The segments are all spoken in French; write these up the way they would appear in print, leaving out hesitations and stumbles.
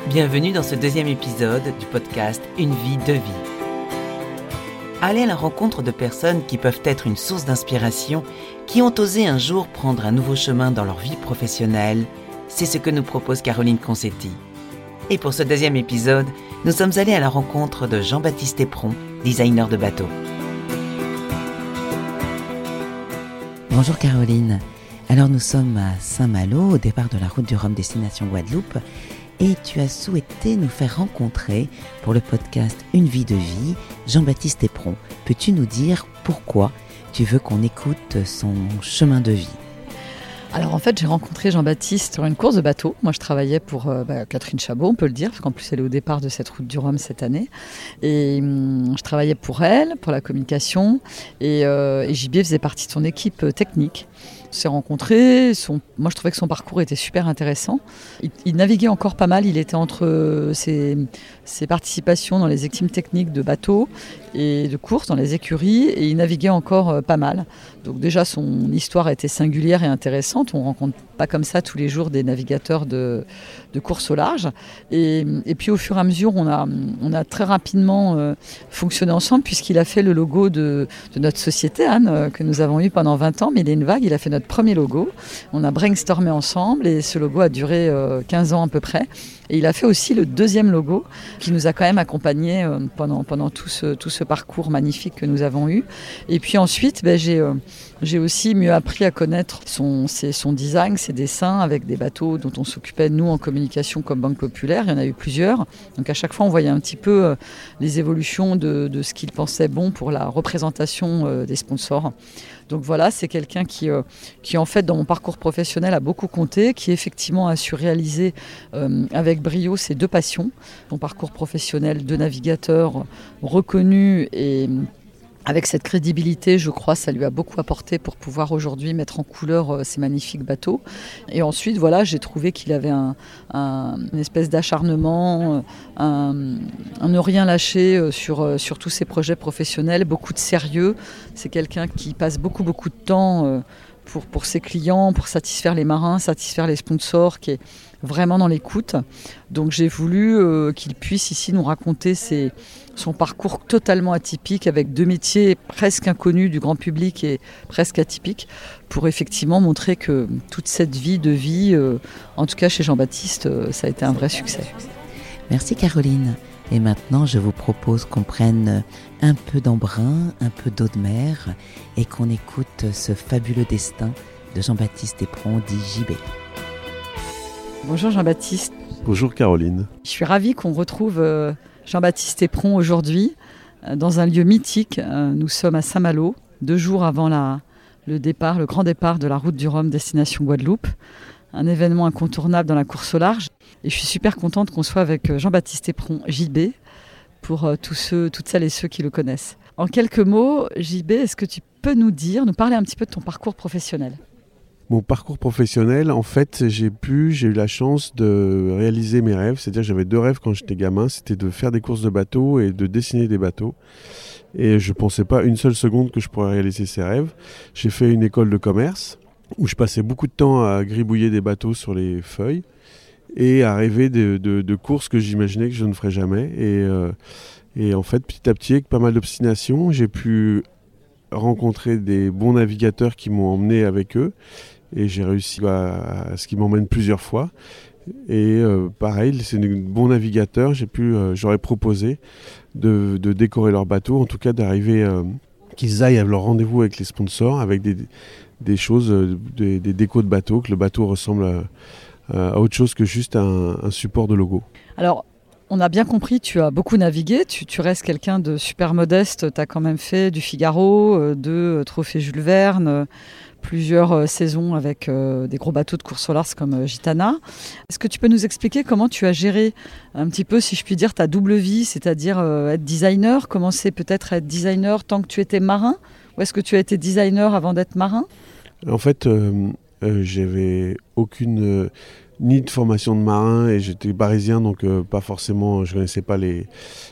Bienvenue dans ce deuxième épisode du podcast Une vie, deux vies. Allez à la rencontre de personnes qui peuvent être une source d'inspiration, qui ont osé un jour prendre un nouveau chemin dans leur vie professionnelle. C'est ce que nous propose Caroline Concetti. Et pour ce deuxième épisode, nous sommes allés à la rencontre de Jean-Baptiste Épron, designer de bateaux. Bonjour Caroline. Alors nous sommes à Saint-Malo, au départ de la route du Rhum destination Guadeloupe. Et tu as souhaité nous faire rencontrer, pour le podcast Une vie de vie, Jean-Baptiste Épron. Peux-tu nous dire pourquoi tu veux qu'on écoute son chemin de vie ? Alors en fait, j'ai rencontré Jean-Baptiste sur une course de bateau. Moi, je travaillais pour Catherine Chabot, on peut le dire, parce qu'en plus, elle est au départ de cette route du Rhum cette année. Et je travaillais pour elle, pour la communication, et JB faisait partie de son équipe technique. On s'est rencontrés, moi je trouvais que son parcours était super intéressant. Il naviguait encore pas mal, il était entre ses participations dans les équipes techniques de bateaux et de course, dans les écuries, et il naviguait encore pas mal. Donc déjà son histoire était singulière et intéressante, on ne rencontre pas comme ça tous les jours des navigateurs de course au large. Et puis au fur et à mesure, on a très rapidement fonctionné ensemble, puisqu'il a fait le logo de notre société, Anne, que nous avons eu pendant 20 ans, mais il est une vague, il a fait notre premier logo. On a brainstormé ensemble et ce logo a duré 15 ans à peu près. Et il a fait aussi le deuxième logo qui nous a quand même accompagnés pendant tout ce parcours magnifique que nous avons eu. Et puis ensuite, j'ai aussi mieux appris à connaître son design, ses dessins avec des bateaux dont on s'occupait nous en communication comme Banque Populaire. Il y en a eu plusieurs. Donc à chaque fois, on voyait un petit peu les évolutions de ce qu'il pensait bon pour la représentation des sponsors. Donc voilà, c'est quelqu'un qui en fait dans mon parcours professionnel a beaucoup compté, qui effectivement a su réaliser avec brio ses deux passions. Son parcours professionnel de navigateur reconnu et avec cette crédibilité, je crois, ça lui a beaucoup apporté pour pouvoir aujourd'hui mettre en couleur ces magnifiques bateaux. Et ensuite, voilà, j'ai trouvé qu'il avait une espèce d'acharnement, un ne rien lâcher sur tous ses projets professionnels, beaucoup de sérieux. C'est quelqu'un qui passe beaucoup de temps pour ses clients, pour satisfaire les marins, satisfaire les sponsors, qui est vraiment dans l'écoute. Donc j'ai voulu qu'il puisse ici nous raconter son parcours totalement atypique, avec deux métiers presque inconnus du grand public et presque atypiques, pour effectivement montrer que toute cette vie de vie, en tout cas chez Jean-Baptiste, ça a été un vrai succès. Merci Caroline. Et maintenant, je vous propose qu'on prenne un peu d'embrun, un peu d'eau de mer et qu'on écoute ce fabuleux destin de Jean-Baptiste Épron, dit JB. Bonjour Jean-Baptiste. Bonjour Caroline. Je suis ravie qu'on retrouve Jean-Baptiste Épron aujourd'hui dans un lieu mythique. Nous sommes à Saint-Malo, 2 jours avant le grand départ de la route du Rhum destination Guadeloupe. Un événement incontournable dans la course au large. Et je suis super contente qu'on soit avec Jean-Baptiste Épron, JB, pour toutes celles et ceux qui le connaissent. En quelques mots, JB, est-ce que tu peux nous parler un petit peu de ton parcours professionnel ? Mon parcours professionnel, en fait, j'ai eu la chance de réaliser mes rêves. C'est-à-dire que j'avais 2 rêves quand j'étais gamin, c'était de faire des courses de bateaux et de dessiner des bateaux. Et je ne pensais pas une seule seconde que je pourrais réaliser ces rêves. J'ai fait une école de commerce où je passais beaucoup de temps à gribouiller des bateaux sur les feuilles et à rêver de courses que j'imaginais que je ne ferais jamais. Et en fait, petit à petit, avec pas mal d'obstination, j'ai pu rencontrer des bons navigateurs qui m'ont emmené avec eux. Et j'ai réussi à ce qu'ils m'emmènent plusieurs fois. Et pareil, c'est des bons navigateurs. J'aurais proposé de décorer leur bateau, en tout cas d'arriver, qu'ils aillent à leur rendez-vous avec les sponsors, avec des choses, des décos de bateau, que le bateau ressemble à autre chose que juste un support de logo. Alors, on a bien compris, tu as beaucoup navigué, tu restes quelqu'un de super modeste, tu as quand même fait du Figaro, 2 trophées Jules Verne, plusieurs saisons avec des gros bateaux de course au large comme Gitana. Est-ce que tu peux nous expliquer comment tu as géré un petit peu, si je puis dire, ta double vie, c'est-à-dire être designer, commencer peut-être à être designer tant que tu étais marin, ou est-ce que tu as été designer avant d'être marin ? En fait, j'avais aucune ni de formation de marin et j'étais parisien, donc pas forcément, je connaissais pas les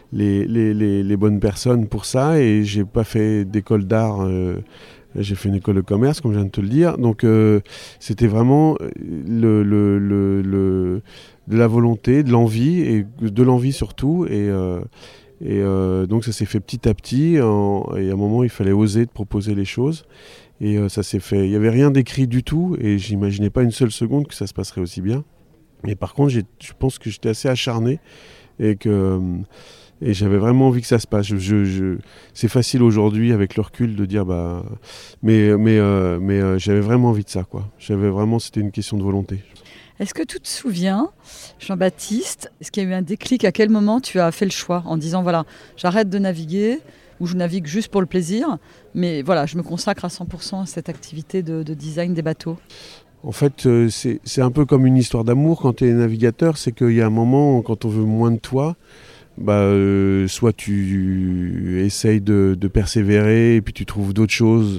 bonnes personnes pour ça, et j'ai pas fait d'école d'art. J'ai fait une école de commerce, comme je viens de te le dire. Donc, c'était vraiment de la volonté, de l'envie, et de l'envie surtout. Donc ça s'est fait petit à petit. Et à un moment, il fallait oser de proposer les choses. Et ça s'est fait. Il n'y avait rien d'écrit du tout, et j'imaginais pas une seule seconde que ça se passerait aussi bien. Mais par contre, je pense que j'étais assez acharné et j'avais vraiment envie que ça se passe. C'est facile aujourd'hui avec le recul de dire mais j'avais vraiment envie de ça, quoi. C'était une question de volonté. Est-ce que tu te souviens, Jean-Baptiste, est-ce qu'il y a eu un déclic? À quel moment tu as fait le choix en disant voilà, j'arrête de naviguer, ou je navigue juste pour le plaisir, mais voilà, je me consacre à 100% à cette activité de design des bateaux? En fait, c'est un peu comme une histoire d'amour quand tu es navigateur, c'est qu'il y a un moment, quand on veut moins de toi, soit tu essayes de persévérer et puis tu trouves d'autres choses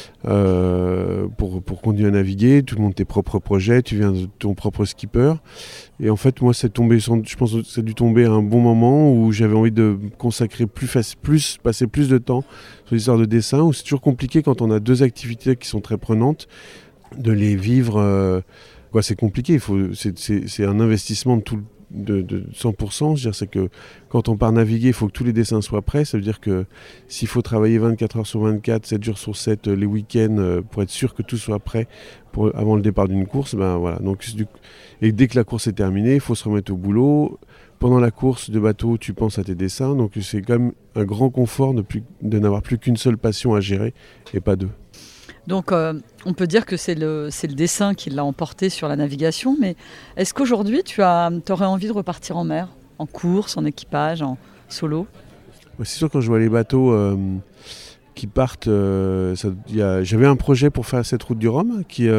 pour continuer à naviguer, tu montes tes propres projets, tu viens de ton propre skipper. Et en fait, moi, je pense que ça a dû tomber à un bon moment où j'avais envie de consacrer passer plus de temps sur l'histoire de dessin, où c'est toujours compliqué quand on a deux activités qui sont très prenantes, de les vivre. C'est compliqué, c'est un investissement de 100%, c'est que quand on part naviguer, il faut que tous les dessins soient prêts. Ça veut dire que s'il faut travailler 24 heures sur 24, 7 jours sur 7, les week-ends, pour être sûr que tout soit prêt avant le départ d'une course, voilà. Donc, et dès que la course est terminée, il faut se remettre au boulot. Pendant la course de bateau, tu penses à tes dessins. Donc c'est quand même un grand confort de n'avoir plus qu'une seule passion à gérer et pas deux. Donc on peut dire que c'est le dessin qui l'a emporté sur la navigation, mais est-ce qu'aujourd'hui tu aurais envie de repartir en mer, en course, en équipage, en solo? C'est sûr, quand je vois les bateaux qui partent, j'avais un projet pour faire cette route du Rhum,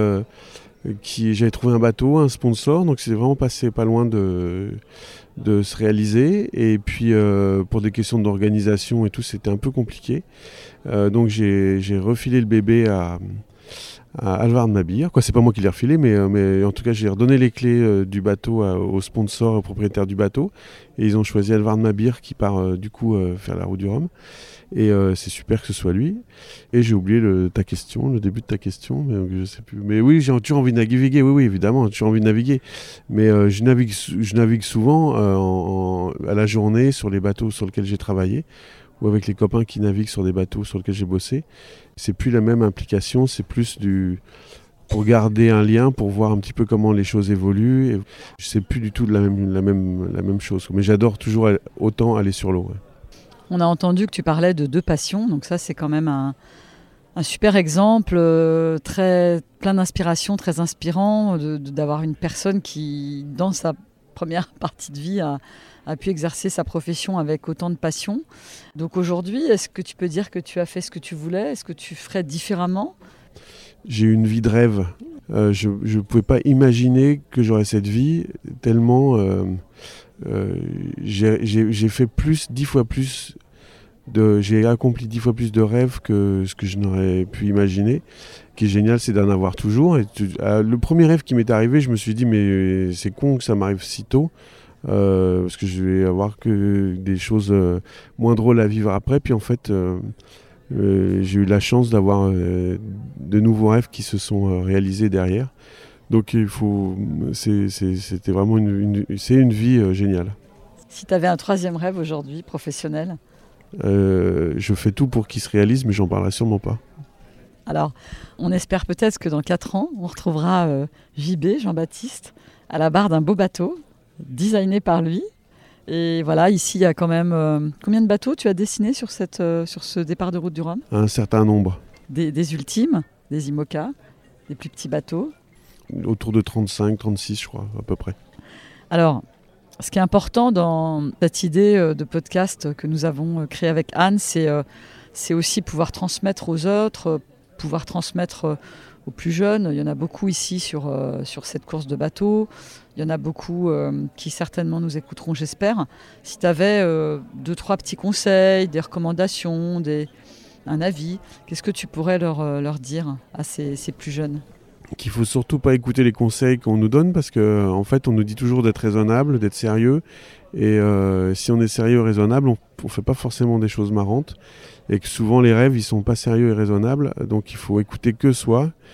j'avais trouvé un bateau, un sponsor, donc c'est vraiment passé pas loin de se réaliser, et puis pour des questions d'organisation et tout, c'était un peu compliqué. Donc j'ai refilé le bébé à Alvar de Mabir. C'est pas moi qui l'ai refilé, mais en tout cas j'ai redonné les clés du bateau au sponsor, au propriétaire du bateau, et ils ont choisi Alvar de Mabir qui part faire la route du Rhum. Et c'est super que ce soit lui. Et j'ai oublié le début de ta question, mais je sais plus. Mais oui, j'ai toujours envie de naviguer. Oui, évidemment, j'ai toujours envie de naviguer. Mais je navigue souvent à la journée sur les bateaux sur lesquels j'ai travaillé, ou avec les copains qui naviguent sur des bateaux sur lesquels j'ai bossé. C'est plus la même implication, c'est plus pour garder un lien, pour voir un petit peu comment les choses évoluent. Et c'est plus du tout la même chose. Mais j'adore toujours autant aller sur l'eau. Ouais. On a entendu que tu parlais de deux passions, donc ça c'est quand même un super exemple, plein d'inspiration, très inspirant, d'avoir une personne qui, dans sa première partie de vie, a pu exercer sa profession avec autant de passion. Donc aujourd'hui, est-ce que tu peux dire que tu as fait ce que tu voulais? Est-ce que tu ferais différemment? J'ai eu une vie de rêve. Je ne pouvais pas imaginer que j'aurais cette vie, tellement j'ai fait 10 fois plus j'ai accompli 10 fois plus de rêves que ce que je n'aurais pu imaginer. Ce qui est génial, c'est d'en avoir toujours. Le premier rêve qui m'est arrivé, je me suis dit mais c'est con que ça m'arrive si tôt, parce que je vais avoir que des choses moins drôles à vivre après. Puis en fait, j'ai eu la chance d'avoir de nouveaux rêves qui se sont réalisés derrière. Donc c'était vraiment une vie géniale. Si tu avais un troisième rêve aujourd'hui, professionnel? Je fais tout pour qu'il se réalise, mais j'en parlerai sûrement pas. Alors, on espère peut-être que dans 4 ans, on retrouvera JB, Jean-Baptiste, à la barre d'un beau bateau, designé par lui. Et voilà, ici, il y a quand même... combien de bateaux tu as dessiné sur ce départ de route du Rhum? Un certain nombre. Des ultimes, des IMOCA, des plus petits bateaux? Autour de 35, 36, je crois, à peu près. Alors, ce qui est important dans cette idée de podcast que nous avons créé avec Anne, c'est aussi pouvoir transmettre aux autres, pouvoir transmettre aux plus jeunes. Il y en a beaucoup ici sur cette course de bateau. Il y en a beaucoup qui certainement nous écouteront, j'espère. Si tu avais 2-3 petits conseils, des recommandations, un avis, qu'est-ce que tu pourrais leur dire à ces plus jeunes? Qu'il faut surtout pas écouter les conseils qu'on nous donne, parce que en fait on nous dit toujours d'être raisonnable, d'être sérieux, et si on est sérieux et raisonnable, on fait pas forcément des choses marrantes, et que souvent les rêves ils sont pas sérieux et raisonnables, donc il faut écouter que soi,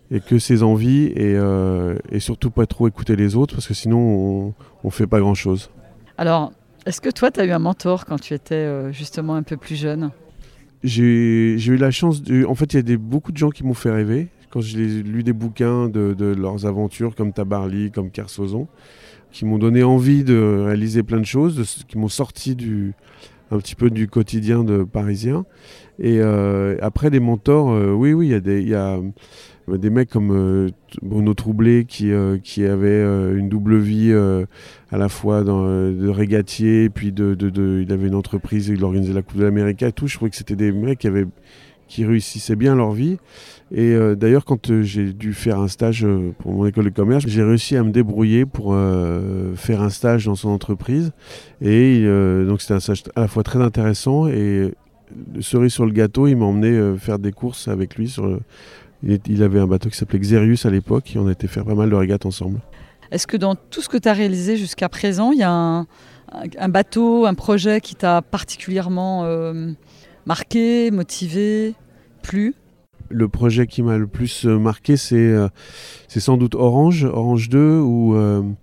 et que ses envies et surtout pas trop écouter les autres parce que sinon on fait pas grand-chose. Alors, est-ce que toi, tu as eu un mentor quand tu étais justement un peu plus jeune ? J'ai eu la chance, en fait il y a beaucoup de gens qui m'ont fait rêver. Quand j'ai lu des bouquins de leurs aventures comme Tabarly, comme Kersozon, qui m'ont donné envie de réaliser plein de choses, qui m'ont sorti un petit peu du quotidien de parisien. Et après des mentors, oui, il y a des mecs comme Bruno Troublé qui avait une double vie à la fois de régatier, puis il avait une entreprise, il organisait la Coupe de l'Amérique et tout. Je trouvais que c'était des mecs qui réussissaient bien leur vie. Et d'ailleurs, quand j'ai dû faire un stage pour mon école de commerce, j'ai réussi à me débrouiller pour faire un stage dans son entreprise. Et donc c'était un stage à la fois très intéressant et cerise sur le gâteau, il m'a emmené faire des courses avec lui. Il avait un bateau qui s'appelait Xerius à l'époque et on a été faire pas mal de régates ensemble. Est-ce que dans tout ce que tu as réalisé jusqu'à présent, il y a un bateau, un projet qui t'a particulièrement marqué, motivé, plu ? Le projet qui m'a le plus marqué, c'est sans doute Orange 2, où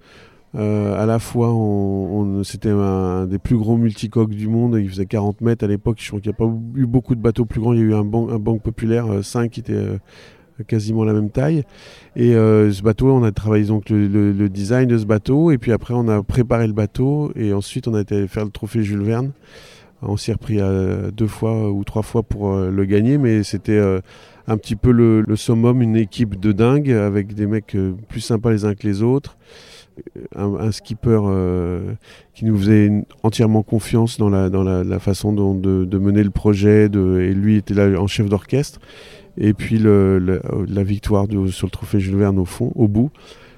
à la fois c'était un des plus gros multicoques du monde, il faisait 40 mètres à l'époque. Je crois qu'il n'y a pas eu beaucoup de bateaux plus grands, il y a eu un banc populaire 5 qui était quasiment la même taille. Et ce bateau, on a travaillé donc le design de ce bateau, et puis après on a préparé le bateau, et ensuite on a été faire le trophée Jules Verne. On s'y est repris 2 fois ou 3 fois pour le gagner, mais c'était un petit peu le summum, une équipe de dingue avec des mecs plus sympas les uns que les autres, un skipper qui nous faisait entièrement confiance dans la façon de mener le projet, et lui était là en chef d'orchestre, et puis la victoire sur le trophée Jules Verne au bout,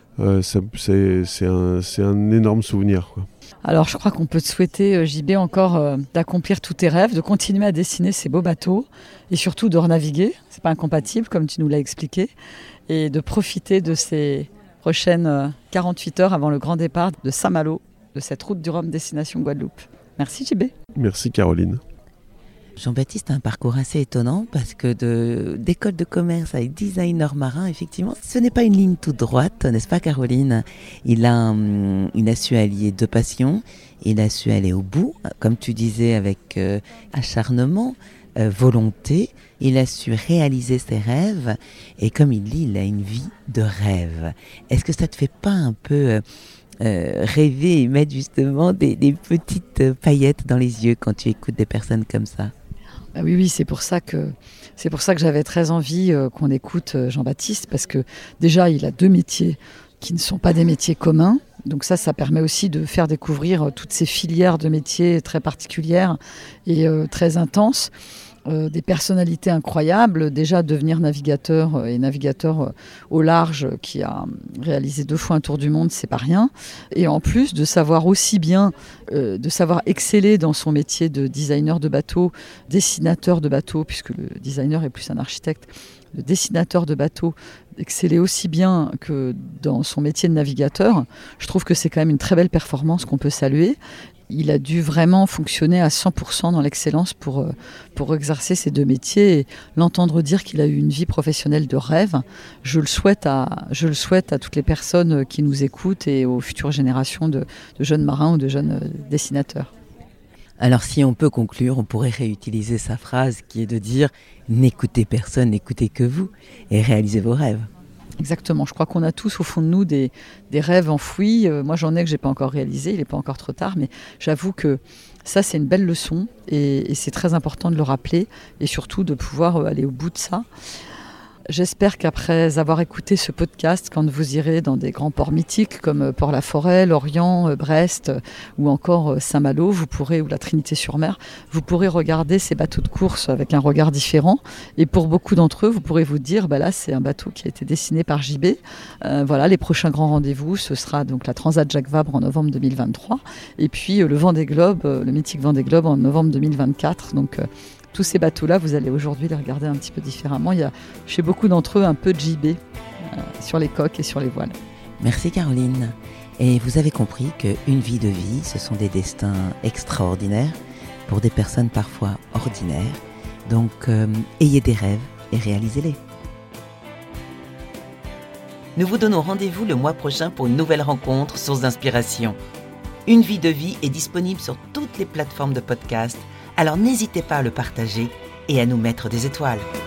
c'est un énorme souvenir, quoi. Alors, je crois qu'on peut te souhaiter, JB, encore d'accomplir tous tes rêves, de continuer à dessiner ces beaux bateaux et surtout de renaviguer. C'est pas incompatible, comme tu nous l'as expliqué, et de profiter de ces prochaines 48 heures avant le grand départ de Saint-Malo, de cette route du Rhum destination Guadeloupe. Merci, JB. Merci, Caroline. Jean-Baptiste a un parcours assez étonnant parce que d'école de commerce avec designer marin, effectivement, ce n'est pas une ligne toute droite, n'est-ce pas Caroline ? Il a su allier 2 passions, il a su aller au bout, comme tu disais, avec acharnement, volonté, il a su réaliser ses rêves et comme il dit, il a une vie de rêve. Est-ce que ça te fait pas un peu rêver et mettre justement des petites paillettes dans les yeux quand tu écoutes des personnes comme ça ? Ah oui, c'est pour ça que j'avais très envie qu'on écoute Jean-Baptiste, parce que déjà, il a 2 métiers qui ne sont pas des métiers communs. Donc ça permet aussi de faire découvrir toutes ces filières de métiers très particulières et très intenses. Des personnalités incroyables, déjà devenir navigateur au large qui a réalisé 2 fois un tour du monde, c'est pas rien, et en plus de savoir aussi bien de savoir exceller dans son métier de designer de bateau, dessinateur de bateau, puisque le designer est plus un architecte, le dessinateur de bateau, exceller aussi bien que dans son métier de navigateur. Je trouve que c'est quand même une très belle performance qu'on peut saluer. Il a dû vraiment fonctionner à 100% dans l'excellence pour exercer ces 2 métiers. Et l'entendre dire qu'il a eu une vie professionnelle de rêve, je le souhaite à toutes les personnes qui nous écoutent et aux futures générations de jeunes marins ou de jeunes dessinateurs. Alors si on peut conclure, on pourrait réutiliser sa phrase qui est de dire « N'écoutez personne, n'écoutez que vous et réalisez vos rêves ». Exactement, je crois qu'on a tous au fond de nous des rêves enfouis. Moi j'en ai que je n'ai pas encore réalisé, il n'est pas encore trop tard, mais j'avoue que ça c'est une belle leçon et c'est très important de le rappeler et surtout de pouvoir aller au bout de ça. J'espère qu'après avoir écouté ce podcast, quand vous irez dans des grands ports mythiques comme Port-la-Forêt, Lorient, Brest ou encore Saint-Malo, ou la Trinité-sur-Mer, vous pourrez regarder ces bateaux de course avec un regard différent. Et pour beaucoup d'entre eux, vous pourrez vous dire, là c'est un bateau qui a été dessiné par JB. Voilà, les prochains grands rendez-vous, ce sera donc la Transat Jacques Vabre en novembre 2023. Et puis le Vendée Globe, le mythique Vendée Globe en novembre 2024. Donc tous ces bateaux-là, vous allez aujourd'hui les regarder un petit peu différemment. Il y a chez beaucoup d'entre eux un peu de JB sur les coques et sur les voiles. Merci Caroline. Et vous avez compris qu'une vie de vie, ce sont des destins extraordinaires pour des personnes parfois ordinaires. Donc ayez des rêves et réalisez-les. Nous vous donnons rendez-vous le mois prochain pour une nouvelle rencontre source d'inspiration. Une vie de vie est disponible sur toutes les plateformes de podcast, alors n'hésitez pas à le partager et à nous mettre des étoiles.